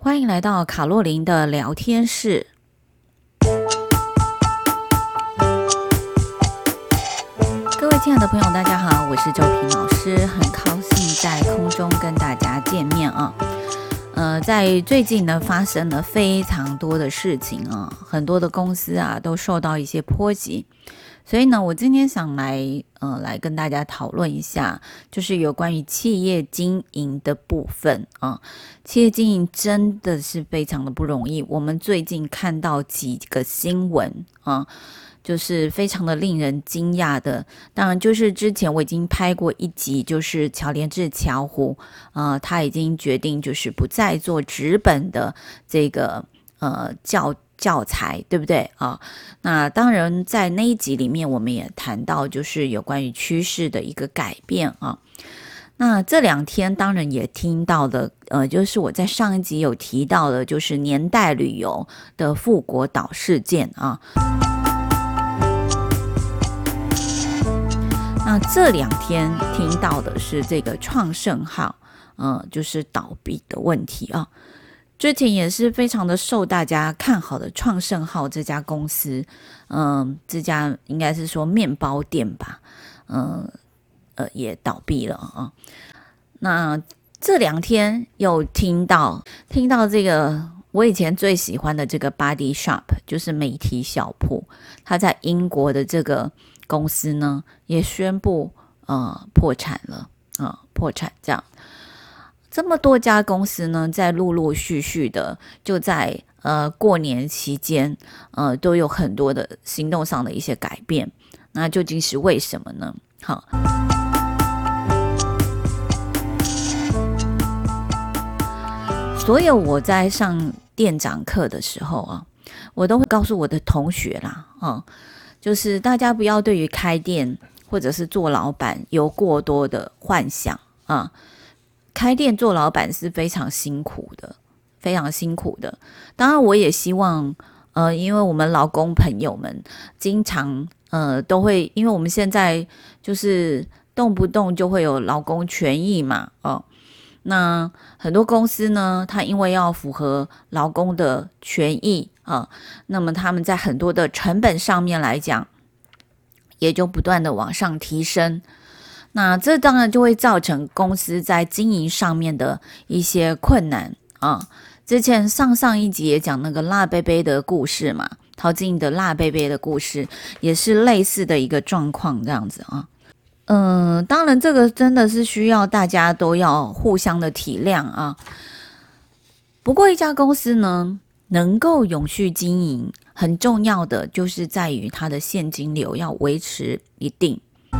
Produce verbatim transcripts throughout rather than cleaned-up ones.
欢迎来到卡洛琳的聊天室。各位亲爱的朋友，大家好，我是周平老师，很高兴在空中跟大家见面啊。呃，在最近呢，发生了非常多的事情啊，很多的公司啊都受到一些波及，所以呢，我今天想来呃来跟大家讨论一下，就是有关于企业经营的部分啊。企业经营真的是非常的不容易，我们最近看到几个新闻啊。就是非常的令人惊讶的，当然就是之前我已经拍过一集，就是乔连志乔胡，呃，他已经决定就是不再做纸本的这个呃教教材，对不对啊？那当然在那一集里面，我们也谈到就是有关于趋势的一个改变啊。那这两天当然也听到的，呃，就是我在上一集有提到的，就是年代旅游的富国岛事件啊。那这两天听到的是这个创盛号，呃，就是倒闭的问题啊。之前也是非常的受大家看好的创盛号这家公司，嗯、呃，这家应该是说面包店吧，嗯、呃，呃，也倒闭了啊。那这两天又听到听到这个我以前最喜欢的这个 Body Shop， 就是美体小铺，它在英国的这个公司呢也宣布呃破产了啊、呃，破产这样。这么多家公司呢，在陆陆续续的就在呃过年期间，呃都有很多的行动上的一些改变。那究竟是为什么呢？好，所有我在上店长课的时候啊，我都会告诉我的同学啦，啊。就是大家不要对于开店或者是做老板有过多的幻想啊！开店做老板是非常辛苦的，非常辛苦的。当然，我也希望，呃，因为我们劳工朋友们经常呃都会，因为我们现在就是动不动就会有劳工权益嘛，哦。那很多公司呢，它因为要符合劳工的权益啊，那么他们在很多的成本上面来讲，也就不断的往上提升。那这当然就会造成公司在经营上面的一些困难啊。之前上上一集也讲那个辣杯杯的故事嘛，陶晶莹的辣杯杯的故事，也是类似的一个状况这样子啊。嗯，当然这个真的是需要大家都要互相的体谅啊。不过一家公司呢，能够永续经营，很重要的就是在于它的现金流要维持一定。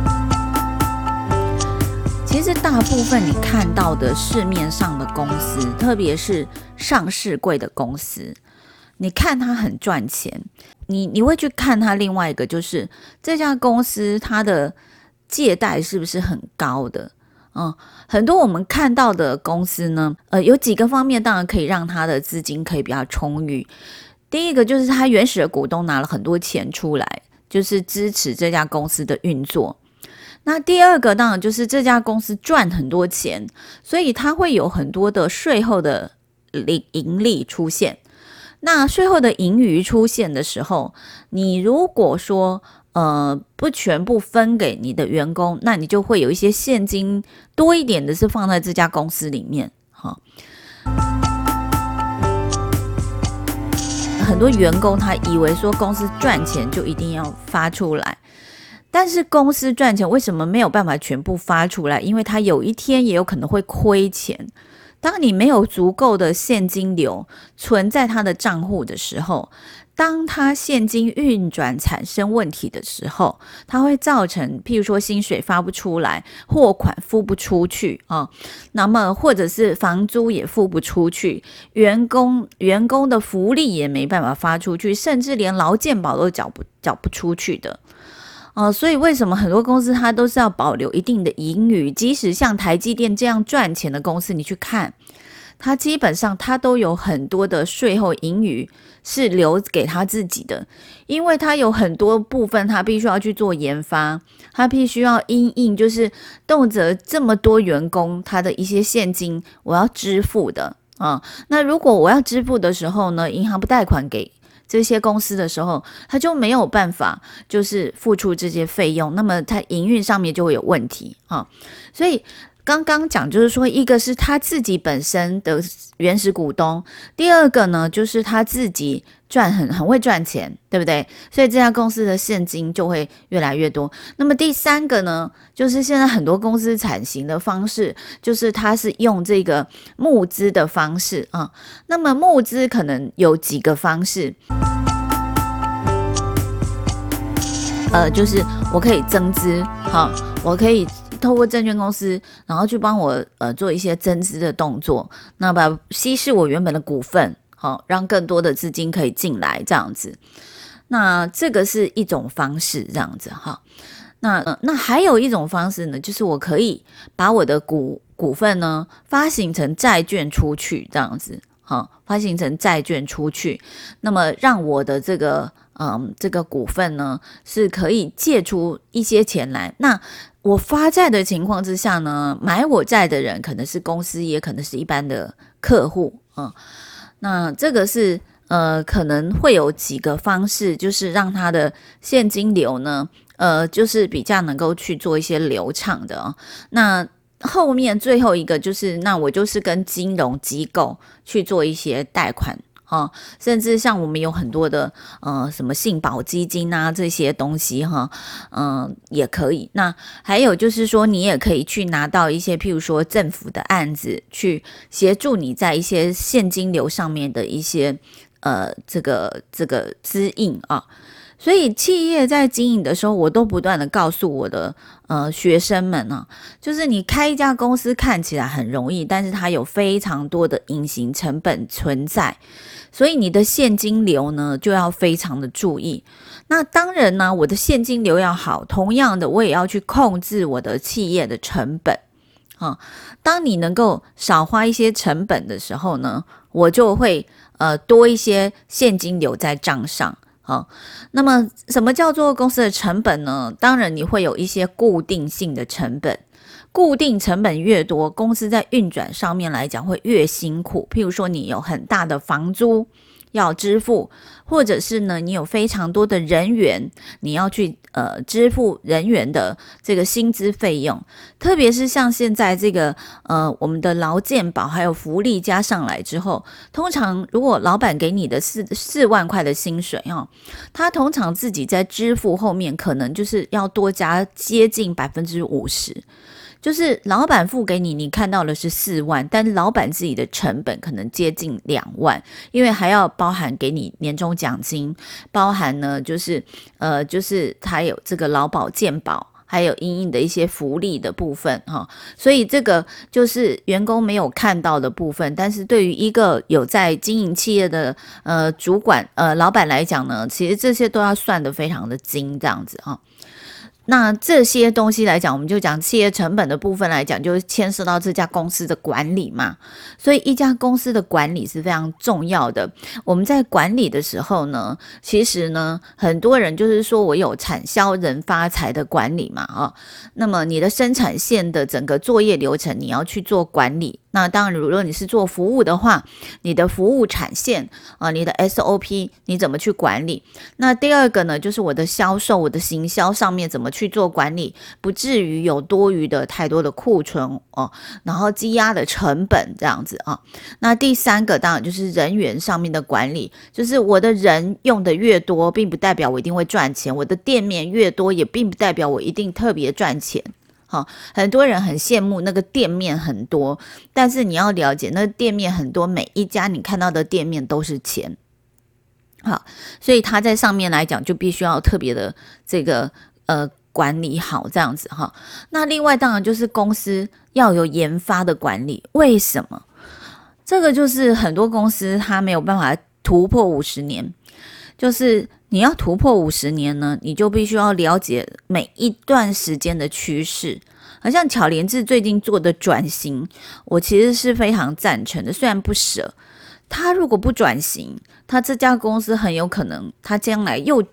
其实大部分你看到的市面上的公司，特别是上市柜的公司，你看它很赚钱，你你会去看它另外一个，就是这家公司它的借贷是不是很高的？嗯，很多我们看到的公司呢，呃，有几个方面当然可以让它的资金可以比较充裕。第一个就是它原始的股东拿了很多钱出来，就是支持这家公司的运作。那第二个当然就是这家公司赚很多钱，所以它会有很多的税后的盈利出现。那税后的盈余出现的时候，你如果说呃，不全部分给你的员工，那你就会有一些现金多一点的是放在这家公司里面。哈，很多员工他以为说公司赚钱就一定要发出来，但是公司赚钱为什么没有办法全部发出来？因为他有一天也有可能会亏钱。当你没有足够的现金流存在他的账户的时候，当他现金运转产生问题的时候，它会造成譬如说薪水发不出来，货款付不出去啊，那么或者是房租也付不出去，员工员工的福利也没办法发出去，甚至连劳健保都缴不缴不出去的。呃，所以为什么很多公司它都是要保留一定的盈余？即使像台积电这样赚钱的公司，你去看，它基本上它都有很多的税后盈余是留给他自己的，因为他有很多部分他必须要去做研发，他必须要因应就是动辄这么多员工他的一些现金我要支付的啊。那如果我要支付的时候呢，银行不贷款给这些公司的时候，他就没有办法就是付出这些费用，那么他营运上面就会有问题啊。所以刚刚讲就是说，一个是他自己本身的原始股东，第二个呢就是他自己赚很很会赚钱，对不对？所以这家公司的现金就会越来越多。那么第三个呢，就是现在很多公司产型的方式，就是它是用这个募资的方式啊。那么募资可能有几个方式，呃，就是我可以增资，好，我可以透过证券公司，然后去帮我呃做一些增资的动作，那把稀释我原本的股份，好，让更多的资金可以进来，这样子。那这个是一种方式，这样子哈。那、呃、那还有一种方式呢，就是我可以把我的股股份呢发行成债券出去，这样子，好，发行成债券出去，那么让我的这个嗯这个股份呢是可以借出一些钱来。那我发债的情况之下呢，买我债的人可能是公司，也可能是一般的客户，嗯，那这个是呃可能会有几个方式，就是让他的现金流呢，呃，就是比较能够去做一些流畅的哦。那后面最后一个就是，那我就是跟金融机构去做一些贷款。哦，甚至像我们有很多的呃什么信保基金啊这些东西哈，嗯、呃、也可以。那还有就是说，你也可以去拿到一些譬如说政府的案子，去协助你在一些现金流上面的一些呃这个这个资应啊。所以企业在经营的时候，我都不断的告诉我的呃学生们啊，就是你开一家公司看起来很容易，但是它有非常多的隐形成本存在，所以你的现金流呢就要非常的注意。那当然呢，我的现金流要好，同样的我也要去控制我的企业的成本啊。当你能够少花一些成本的时候呢，我就会呃多一些现金流在账上。好，那么什么叫做公司的成本呢？当然你会有一些固定性的成本，固定成本越多，公司在运转上面来讲会越辛苦。譬如说你有很大的房租要支付，或者是呢你有非常多的人员，你要去呃支付人员的这个薪资费用，特别是像现在这个呃我们的劳健保还有福利加上来之后，通常如果老板给你的四四万块的薪水哦，他通常自己在支付后面可能就是要多加接近百分之五十。就是老板付给你，你看到的是四万，但是老板自己的成本可能接近两万，因为还要包含给你年终奖金，包含呢就是呃就是他有这个劳保健保，还有因应的一些福利的部分哈，所以这个就是员工没有看到的部分，但是对于一个有在经营企业的呃主管呃老板来讲呢，其实这些都要算得非常的精，这样子哈。那这些东西来讲，我们就讲企业成本的部分来讲，就牵涉到这家公司的管理嘛。所以一家公司的管理是非常重要的。我们在管理的时候呢，其实呢，很多人就是说我有产销人发财的管理嘛，啊，那么你的生产线的整个作业流程你要去做管理。那当然，如果你是做服务的话，你的服务产线啊、呃，你的 S O P 你怎么去管理？那第二个呢，就是我的销售、我的行销上面怎么去做管理，不至于有多余的太多的库存哦，然后积压的成本这样子啊。那第三个当然就是人员上面的管理，就是我的人用的越多，并不代表我一定会赚钱；我的店面越多，也并不代表我一定特别赚钱。好，很多人很羡慕那个店面很多，但是你要了解，那店面很多，每一家你看到的店面都是钱。好，所以他在上面来讲，就必须要特别的这个呃管理好这样子哈。那另外当然就是公司要有研发的管理，为什么？这个就是很多公司它没有办法突破五十年，就是你要突破五十年呢，你就必须要了解每一段时间的趋势。好像巧莲智最近做的转型，我其实是非常赞成的，虽然不舍。他如果不转型，他这家公司很有可能他将来又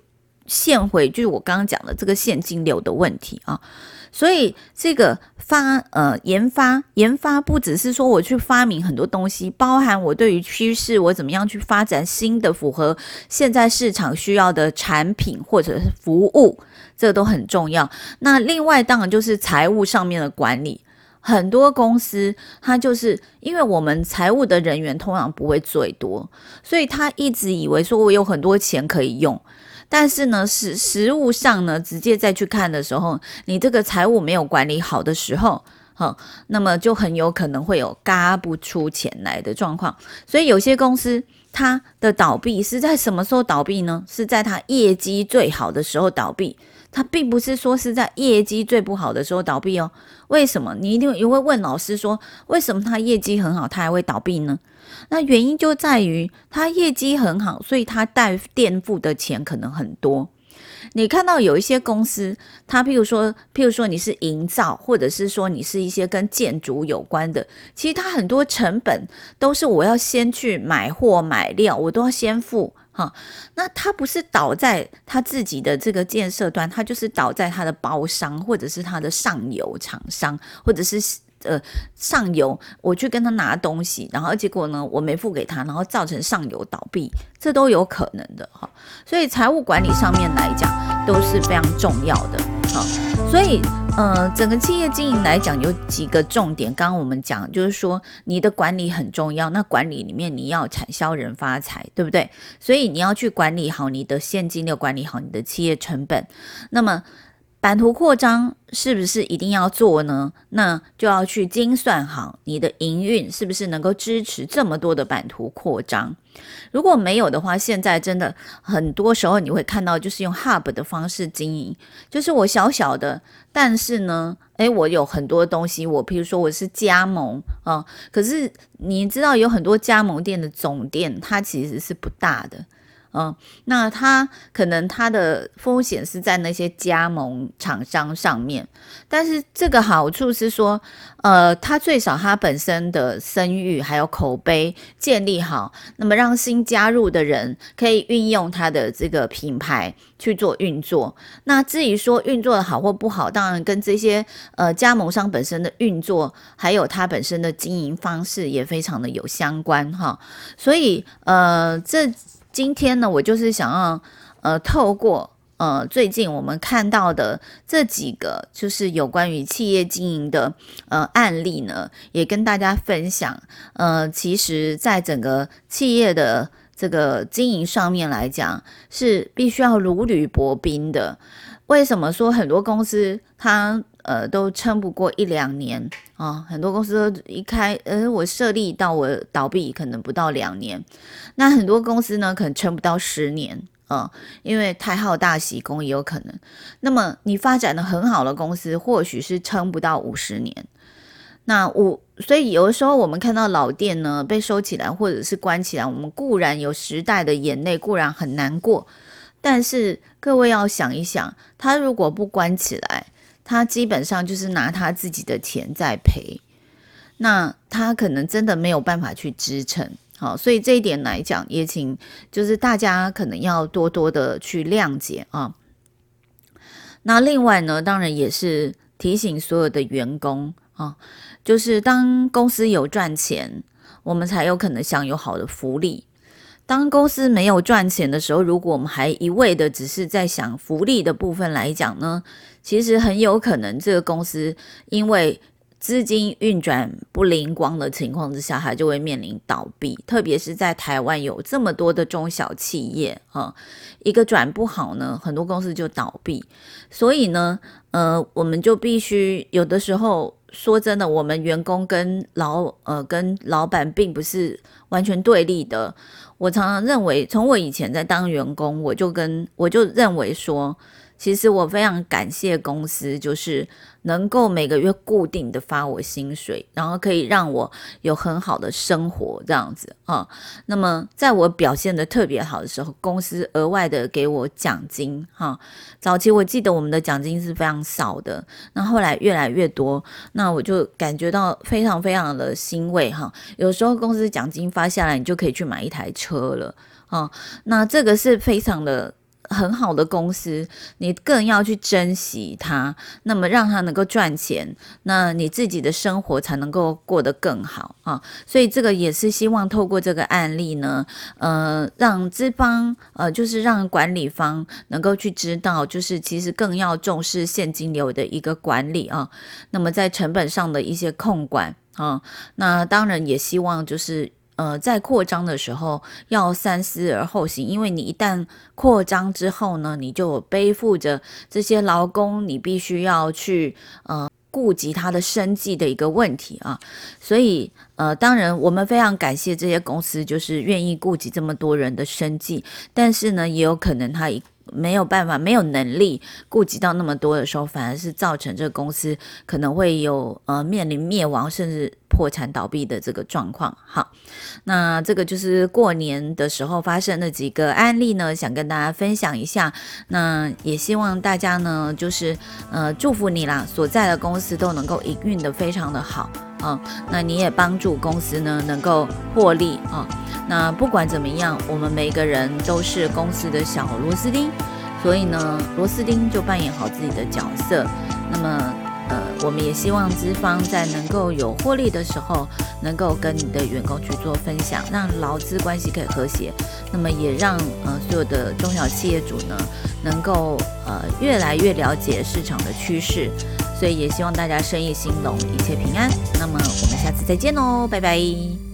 现回就是我刚刚讲的这个现金流的问题啊。所以这个发呃研发研发不只是说我去发明很多东西，包含我对于趋势我怎么样去发展新的符合现在市场需要的产品或者是服务，这个都很重要。那另外当然就是财务上面的管理，很多公司它就是因为我们财务的人员通常不会最多，所以他一直以为说我有很多钱可以用。但是呢，实实务上呢，直接再去看的时候，你这个财务没有管理好的时候，好，那么就很有可能会有嘎不出钱来的状况。所以有些公司它的倒闭是在什么时候倒闭呢？是在它业绩最好的时候倒闭，它并不是说是在业绩最不好的时候倒闭哦。为什么？你一定也会问老师说，为什么它业绩很好，它还会倒闭呢？那原因就在于它业绩很好，所以它贷垫付的钱可能很多。你看到有一些公司，它譬如说譬如说你是营造，或者是说你是一些跟建筑有关的，其实它很多成本都是我要先去买货买料，我都要先付哈。那它不是倒在它自己的这个建设端，它就是倒在它的包商，或者是它的上游厂商，或者是呃，上游我去跟他拿东西，然后结果呢我没付给他，然后造成上游倒闭，这都有可能的哈。所以财务管理上面来讲都是非常重要的哈。所以呃，整个企业经营来讲有几个重点，刚刚我们讲就是说你的管理很重要，那管理里面你要产销人发财，对不对？所以你要去管理好你的现金流，管理好你的企业成本。那么版图扩张是不是一定要做呢？那就要去精算好你的营运是不是能够支持这么多的版图扩张。如果没有的话，现在真的很多时候你会看到就是用 hub 的方式经营，就是我小小的，但是呢诶我有很多东西，我譬如说我是加盟啊，可是你知道有很多加盟店的总店它其实是不大的。嗯，那它可能它的风险是在那些加盟厂商上面，但是这个好处是说，呃，它最少它本身的声誉还有口碑建立好，那么让新加入的人可以运用它的这个品牌去做运作。那至于说运作的好或不好，当然跟这些呃加盟商本身的运作，还有它本身的经营方式也非常的有相关哈。所以呃这。今天呢，我就是想要呃，透过呃最近我们看到的这几个就是有关于企业经营的呃案例呢，也跟大家分享。呃，其实在整个企业的这个经营上面来讲，是必须要如履薄冰的。为什么说很多公司它呃都撑不过一两年啊？很多公司都一开呃我设立到我倒闭可能不到两年，那很多公司呢可能撑不到十年啊，因为太好大喜功也有可能。那么你发展的很好的公司，或许是撑不到五十年。那我所以有的时候我们看到老店呢被收起来或者是关起来，我们固然有时代的眼泪，固然很难过。但是各位要想一想，他如果不关起来，他基本上就是拿他自己的钱在赔，那他可能真的没有办法去支撑。好，所以这一点来讲，也请就是大家可能要多多的去谅解啊。那另外呢，当然也是提醒所有的员工啊，就是当公司有赚钱，我们才有可能享有好的福利。当公司没有赚钱的时候，如果我们还一味的只是在想福利的部分来讲呢，其实很有可能这个公司因为资金运转不灵光的情况之下，它就会面临倒闭。特别是在台湾有这么多的中小企业啊，一个转不好呢，很多公司就倒闭。所以呢，呃，我们就必须有的时候说真的，我们员工跟老呃跟老板并不是完全对立的。我常常认为，从我以前在当员工，我就跟我就认为说，其实我非常感谢公司，就是能够每个月固定的发我薪水，然后可以让我有很好的生活这样子啊。那么在我表现的特别好的时候，公司额外的给我奖金哈。早期我记得我们的奖金是非常少的，那后来越来越多，那我就感觉到非常非常的欣慰哈。有时候公司奖金发下来，你就可以去买一台车了啊。那这个是非常的很好的公司，你更要去珍惜它，那么让它能够赚钱，那你自己的生活才能够过得更好啊。所以这个也是希望透过这个案例呢，呃，让资方呃，就是让管理方能够去知道，就是其实更要重视现金流的一个管理啊。那么在成本上的一些控管啊，那当然也希望就是。呃，在扩张的时候要三思而后行，因为你一旦扩张之后呢，你就背负着这些劳工，你必须要去呃顾及他的生计的一个问题啊。所以呃，当然我们非常感谢这些公司，就是愿意顾及这么多人的生计，但是呢，也有可能他一没有办法，没有能力顾及到那么多的时候，反而是造成这个公司可能会有呃面临灭亡甚至破产倒闭的这个状况。好，那这个就是过年的时候发生的几个案例呢，想跟大家分享一下。那也希望大家呢，就是呃祝福你啦，所在的公司都能够营运的非常的好啊。那你也帮助公司呢能够获利啊。那不管怎么样，我们每个人都是公司的小螺丝钉，所以呢，螺丝钉就扮演好自己的角色。那么，呃，我们也希望资方在能够有获利的时候，能够跟你的员工去做分享，让劳资关系可以和谐。那么也让呃所有的中小企业主呢，能够呃越来越了解市场的趋势。所以也希望大家生意兴隆，一切平安。那么我们下次再见喽，拜拜。